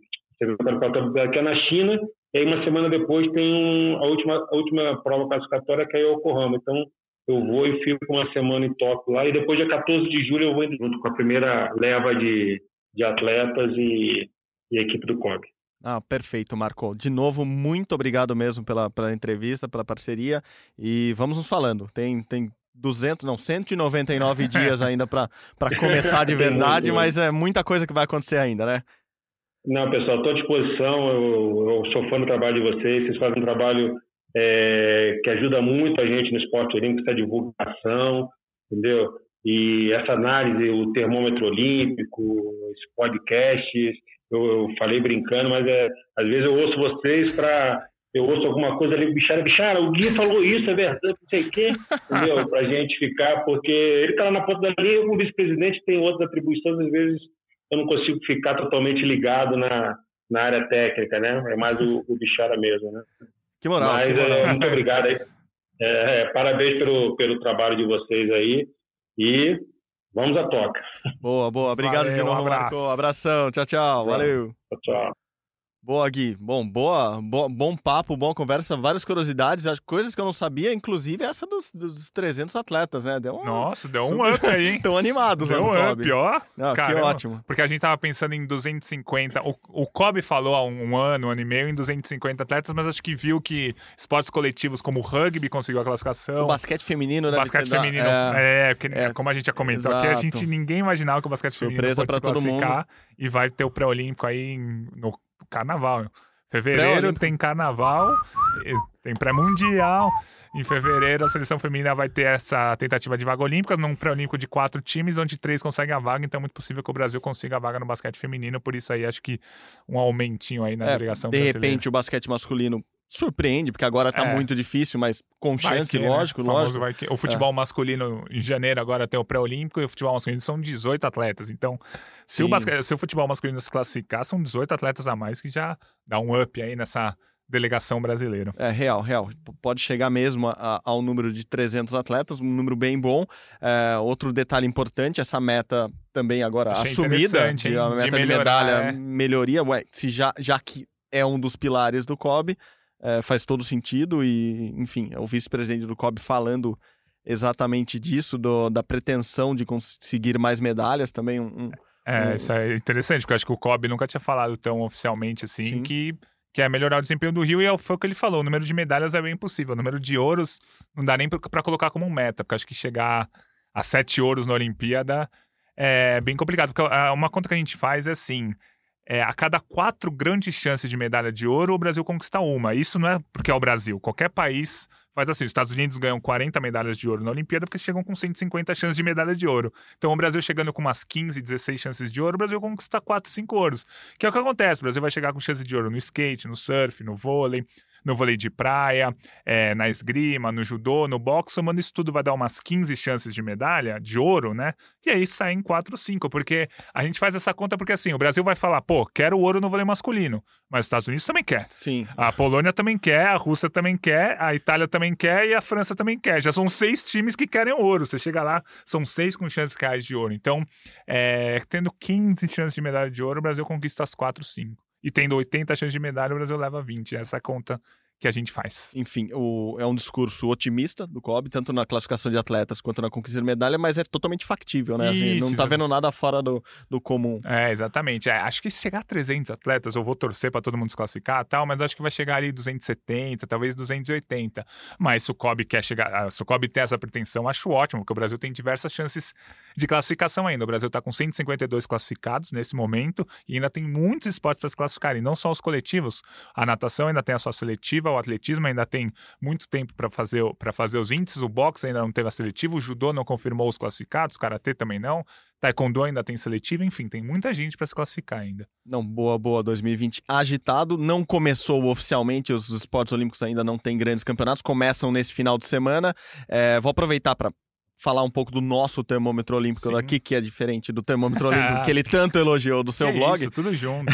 do que é na China. E aí, uma semana depois, tem um, a, última, a última prova classificatória, que é o Yokohama. Então, eu vou e fico uma semana em Tóquio lá. E depois, dia quatorze de julho, eu vou indo junto com a primeira leva de, de atletas e, e a equipe do C O B. Ah, perfeito, Marco. De novo, muito obrigado mesmo pela, pela entrevista, pela parceria. E vamos nos falando. Tem, tem duzentos, não, cento e noventa e nove dias ainda para começar de verdade, mas é muita coisa que vai acontecer ainda, né? Não, pessoal, estou à disposição, eu, eu sou fã do trabalho de vocês, vocês fazem um trabalho é, que ajuda muito a gente no esporte olímpico, essa divulgação, entendeu? E essa análise, o termômetro olímpico, os podcasts, eu, eu falei brincando, mas é, às vezes eu ouço vocês para... Eu ouço alguma coisa ali, bichara, bichara, o Gui falou isso, é verdade, não sei o quê, entendeu? Para a gente ficar, porque ele está lá na ponta da linha, eu como vice-presidente tenho outras atribuições, às vezes eu não consigo ficar totalmente ligado na, na área técnica, né? É mais o, o bichara mesmo, né? Que moral, Mas, que moral. É, muito obrigado aí. É, parabéns pelo, pelo trabalho de vocês aí e vamos à toca. Boa, boa. Obrigado Valeu, de novo, um abraço. Marco. Abração. Tchau, tchau. Valeu. Tchau, tchau. Boa, Gui. Bom, boa, bo, bom papo, boa conversa, várias curiosidades, coisas que eu não sabia, inclusive essa dos, dos trezentos atletas, né? Deu um, Nossa, deu um up aí, hein? Estão animados deu lá no um C O B. up, ó. Não, Caramba, que ótimo. Porque a gente tava pensando em duzentos e cinquenta, o, o C O B falou há um, um ano, um ano e meio, em duzentos e cinquenta atletas, mas acho que viu que esportes coletivos como o rugby conseguiu a classificação. O basquete feminino, né? O basquete feminino, é, é, porque, é, como a gente já comentou aqui, a gente ninguém imaginava que o basquete feminino surpresa pode se pra todo classificar mundo. E vai ter o pré-olímpico aí no carnaval. Fevereiro tem carnaval, tem pré-mundial. Em fevereiro, a seleção feminina vai ter essa tentativa de vaga olímpica, num pré-olímpico de quatro times, onde três conseguem a vaga. Então é muito possível que o Brasil consiga a vaga no basquete feminino. Por isso aí, acho que um aumentinho aí na é, delegação de brasileira. repente, o basquete masculino surpreende, porque agora tá É. muito difícil, mas com chance, que, lógico, né? O lógico. vai que... O futebol é. masculino, em janeiro, agora tem o pré-olímpico, e o futebol masculino são dezoito atletas. Então, se o, basquete... se o futebol masculino se classificar, são dezoito atletas a mais, que já dá um up aí nessa delegação brasileira. É, real, real. Pode chegar mesmo a, a, ao número de trezentos atletas, um número bem bom. É, outro detalhe importante, essa meta também agora Achei assumida, de, a meta de, de melhorar, medalha, é. melhoria, ué, se já, já que é um dos pilares do C O B, é, faz todo sentido e, enfim, é o vice-presidente do C O B falando exatamente disso, do, da pretensão de conseguir mais medalhas, também um... um é, um... isso é interessante, porque eu acho que o C O B nunca tinha falado tão oficialmente assim, Sim. que... que é melhorar o desempenho do Rio, e foi o que ele falou, o número de medalhas é bem impossível, o número de ouros não dá nem para colocar como meta, porque acho que chegar a sete ouros na Olimpíada é bem complicado, porque uma conta que a gente faz é assim, é, a cada quatro grandes chances de medalha de ouro, o Brasil conquista uma. Isso não é porque é o Brasil, qualquer país faz assim, os Estados Unidos ganham quarenta medalhas de ouro na Olimpíada porque chegam com cento e cinquenta chances de medalha de ouro. Então o Brasil chegando com umas quinze, dezesseis chances de ouro, o Brasil conquista quatro, cinco ouros. Que é o que acontece, o Brasil vai chegar com chances de ouro no skate, no surf, no vôlei, no vôlei de praia, é, na esgrima, no judô, no boxe, somando isso tudo vai dar umas quinze chances de medalha, de ouro, né? E aí sai em quatro, cinco, porque a gente faz essa conta porque assim, o Brasil vai falar, pô, quero ouro no vôlei masculino, mas os Estados Unidos também quer. Sim. A Polônia também quer, a Rússia também quer, a Itália também quer e a França também quer. Já são seis times que querem ouro. Você chega lá, são seis com chances reais de ouro. Então, é, tendo quinze chances de medalha de ouro, o Brasil conquista as quatro, cinco. E tendo oitenta chances de medalha, o Brasil leva vinte. Essa é a conta que a gente faz. Enfim, o, é um discurso otimista do C O B, tanto na classificação de atletas quanto na conquista de medalha, mas é totalmente factível, né? Assim, Isso, não tá vendo nada fora do, do comum. É, exatamente. É, acho que se chegar a trezentos atletas, eu vou torcer para todo mundo se classificar e tal, mas acho que vai chegar ali duzentos e setenta, talvez duzentos e oitenta. Mas se o C O B quer chegar, se o C O B tem essa pretensão, acho ótimo, porque o Brasil tem diversas chances de classificação ainda. O Brasil está com cento e cinquenta e dois classificados nesse momento e ainda tem muitos esportes para se classificarem, não só os coletivos. A natação ainda tem a sua seletiva, o atletismo ainda tem muito tempo para fazer, para fazer os índices, o boxe ainda não teve a seletiva, o judô não confirmou os classificados, o karatê também não, taekwondo ainda tem seletiva, enfim, tem muita gente para se classificar ainda. Não, boa, boa, dois mil e vinte agitado, não começou oficialmente, os esportes olímpicos ainda não tem grandes campeonatos, começam nesse final de semana. É, vou aproveitar para falar um pouco do nosso termômetro olímpico Sim. daqui, que é diferente do termômetro olímpico que ele tanto elogiou do seu que blog. Isso, tudo junto.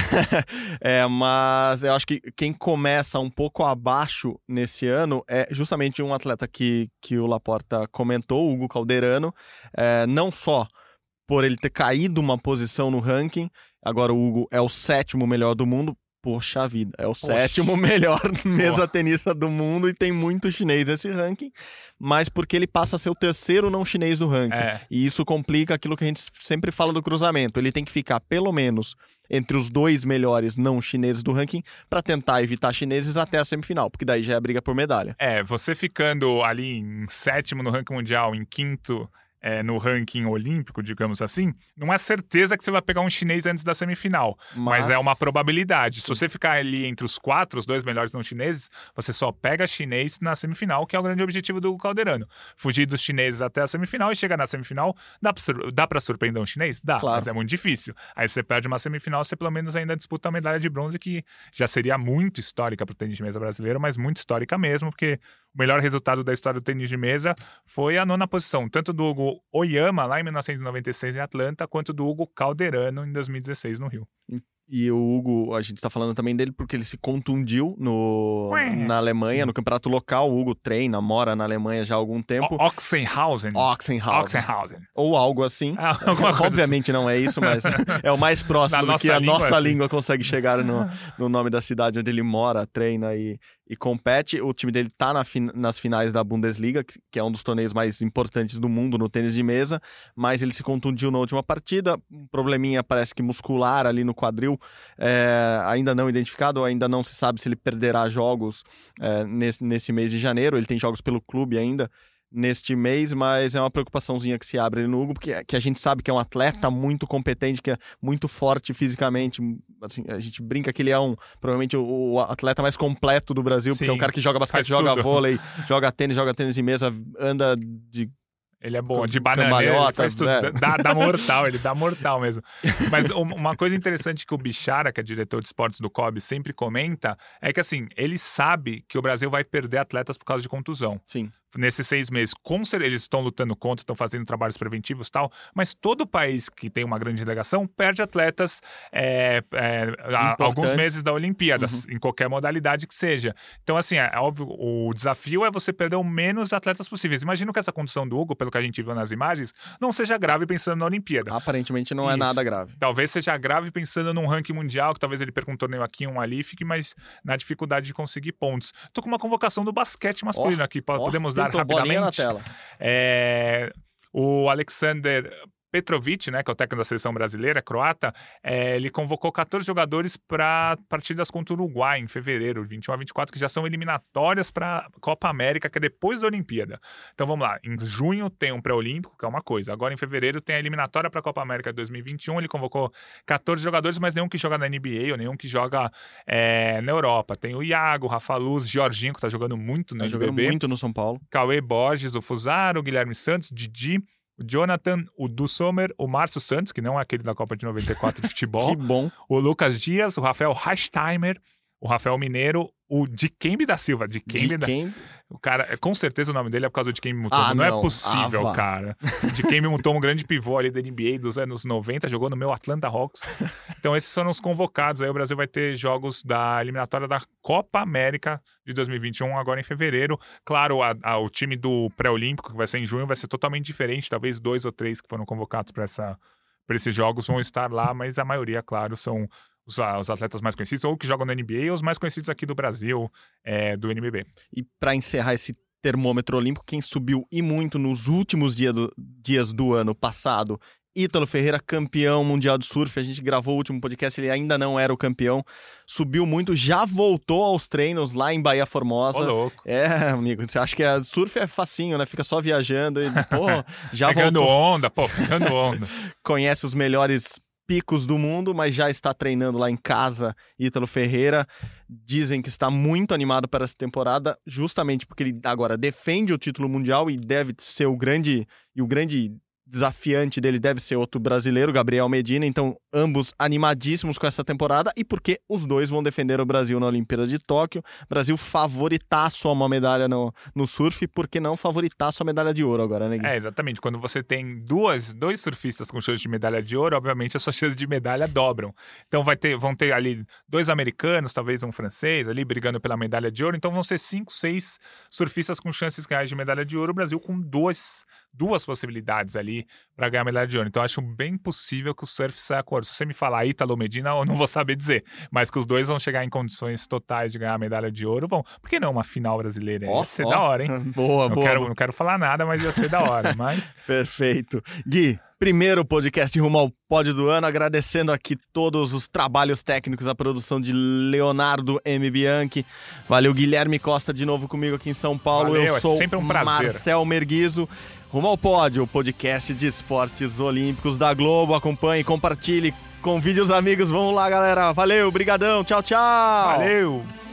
É, mas eu acho que quem começa um pouco abaixo nesse ano é justamente um atleta que, que o Laporta comentou, o Hugo Calderano, é, não só por ele ter caído uma posição no ranking, agora o Hugo é o sétimo melhor do mundo. Poxa vida, é o Poxa. sétimo melhor mesa tenista do mundo e tem muito chinês nesse ranking, mas porque ele passa a ser o terceiro não chinês do ranking. É. E isso complica aquilo que a gente sempre fala do cruzamento. Ele tem que ficar pelo menos entre os dois melhores não chineses do ranking para tentar evitar chineses até a semifinal, porque daí já é a briga por medalha. É, você ficando ali em sétimo no ranking mundial, em quinto... É, no ranking olímpico, digamos assim, não é certeza que você vai pegar um chinês antes da semifinal, mas, mas é uma probabilidade. Se você ficar ali entre os quatro, os dois melhores não chineses, você só pega chinês na semifinal, que é o grande objetivo do Calderano. Fugir dos chineses até a semifinal e chegar na semifinal, dá pra, dá pra surpreender um chinês? Dá, claro. Mas é muito difícil. Aí você perde uma semifinal, você pelo menos ainda disputa a medalha de bronze, que já seria muito histórica pro tênis de mesa brasileiro, mas muito histórica mesmo, porque o melhor resultado da história do tênis de mesa foi a nona posição, tanto do Hugo Oyama, lá em mil novecentos e noventa e seis em Atlanta, quanto do Hugo Calderano em dois mil e dezesseis no Rio. E o Hugo, a gente tá falando também dele porque ele se contundiu no, na Alemanha, Sim. no campeonato local. O Hugo treina, mora na Alemanha já há algum tempo. O Oxenhausen. Oxenhausen. Oxenhausen. Ou algo assim. Ah, Obviamente assim. Não é isso, mas é o mais próximo do que a língua, nossa assim. língua consegue chegar no, no nome da cidade onde ele mora, treina e, e compete. O time dele tá na, nas finais da Bundesliga, que, que é um dos torneios mais importantes do mundo no tênis de mesa, mas ele se contundiu na última partida. Um probleminha, parece que muscular ali no quadril, É, ainda não identificado, ainda não se sabe se ele perderá jogos é, nesse, nesse mês de janeiro. Ele tem jogos pelo clube ainda neste mês, mas é uma preocupaçãozinha que se abre ali no Hugo, porque que a gente sabe que é um atleta muito competente, que é muito forte fisicamente, assim, a gente brinca que ele é um, provavelmente o, o atleta mais completo do Brasil, Sim, porque é um cara que joga basquete, faz joga tudo. vôlei, joga tênis, joga tênis de mesa, anda de... Ele é bom, Com de bananeira, ele cambalhota, faz tudo, é. dá, dá mortal, ele dá mortal mesmo. Mas um- uma coisa interessante que o Bichara, que é diretor de esportes do C O B, sempre comenta, é que assim, ele sabe que o Brasil vai perder atletas por causa de contusão. Sim. Nesses seis meses, com cer- eles estão lutando contra, estão fazendo trabalhos preventivos e tal, mas todo país que tem uma grande delegação perde atletas é, é, há alguns meses da Olimpíada, Uhum. em qualquer modalidade que seja. Então, assim, é, é óbvio, o desafio é você perder o menos atletas possíveis. Imagino que essa condição do Hugo, pelo que a gente viu nas imagens, não seja grave pensando na Olimpíada. Aparentemente não é Isso. nada grave. Talvez seja grave pensando num ranking mundial, que talvez ele perca um torneio aqui, um ali, fique mais na dificuldade de conseguir pontos. Tô com uma convocação do basquete masculino Ó, aqui, po- ó, podemos dar pintou bolinha na rapidamente. tela. É, o Alexander Petrovic, né, que é o técnico da seleção brasileira, croata, é, ele convocou catorze jogadores para partidas contra o Uruguai em fevereiro, vinte e um a vinte e quatro, que já são eliminatórias para a Copa América, que é depois da Olimpíada. Então vamos lá, em junho tem um pré-olímpico, que é uma coisa. Agora em fevereiro tem a eliminatória para a Copa América de dois mil e vinte e um, ele convocou catorze jogadores, mas nenhum que joga na N B A ou nenhum que joga é, na Europa. Tem o Iago, o Rafa Luz, Jorginho, que está jogando muito no Tá N B B. jogando muito no São Paulo. Cauê Borges, o Fusaro, o Guilherme Santos, Didi, o Jonathan, o Du Sommer, o Márcio Santos, que não é aquele da Copa de noventa e quatro de futebol, Que bom. o Lucas Dias, o Rafael Reichheimer, o Rafael Mineiro, o Dikembe da Silva. Dikembe De da... quem? O cara, com certeza o nome dele é por causa do Dikembe Mutombo. Ah, não, é não. possível, Ah, vá. cara. O Dikembe Mutombo, um grande pivô ali da N B A dos anos noventa, jogou no meu Atlanta Hawks. Então esses foram os convocados. Aí o Brasil vai ter jogos da eliminatória da Copa América de dois mil e vinte e um, agora em fevereiro. Claro, a, a, o time do pré-olímpico, que vai ser em junho, vai ser totalmente diferente. Talvez dois ou três que foram convocados para essa, para esses jogos vão estar lá, mas a maioria, claro, são os, os atletas mais conhecidos, ou que jogam no N B A, ou os mais conhecidos aqui do Brasil, é, do N B B. E para encerrar esse termômetro olímpico, quem subiu e muito nos últimos dia do, dias do ano passado, Ítalo Ferreira, campeão mundial de surf. A gente gravou o último podcast, ele ainda não era o campeão. Subiu muito, já voltou aos treinos lá em Bahia Formosa. Ô, louco. É, amigo, você acha que a surf é facinho, né? Fica só viajando e, pô, já Pegando voltou. onda, pô, pegando onda. Conhece os melhores picos do mundo, mas já está treinando lá em casa, Ítalo Ferreira. Dizem que está muito animado para essa temporada, justamente porque ele agora defende o título mundial e deve ser o grande e o grande desafiante dele deve ser outro brasileiro, Gabriel Medina. Então, ambos animadíssimos com essa temporada, e porque os dois vão defender o Brasil na Olimpíada de Tóquio. Brasil favoritaço a uma medalha no, no surf, por que não favoritaço a medalha de ouro agora, né, Gui? É, exatamente. Quando você tem duas, dois surfistas com chance de medalha de ouro, obviamente as suas chances de medalha dobram. Então vai ter, vão ter ali dois americanos, talvez um francês ali brigando pela medalha de ouro. Então vão ser cinco, seis surfistas com chances reais de medalha de ouro. O Brasil com dois, duas possibilidades ali para ganhar a medalha de ouro. Então acho bem possível que o surf saia com ouro. Se você me falar Ítalo Medina, eu não vou saber dizer. Mas que os dois vão chegar em condições totais de ganhar a medalha de ouro, vão. Por que não uma final brasileira? Ó, Ia ser ó. da hora, hein? Boa, Não boa. quero, não quero falar nada, mas ia ser da hora. Mas Perfeito. Gui, primeiro podcast rumo ao pódio do ano, agradecendo aqui todos os trabalhos técnicos, a produção de Leonardo M. Bianchi. Valeu, Guilherme Costa, de novo comigo aqui em São Paulo. Valeu, Eu é sou sempre um prazer. Marcel Merguizo. Rumo ao pódio, o podcast de esportes olímpicos da Globo. Acompanhe, compartilhe, convide os amigos. Vamos lá, galera. Valeu, brigadão. Tchau, tchau. valeu!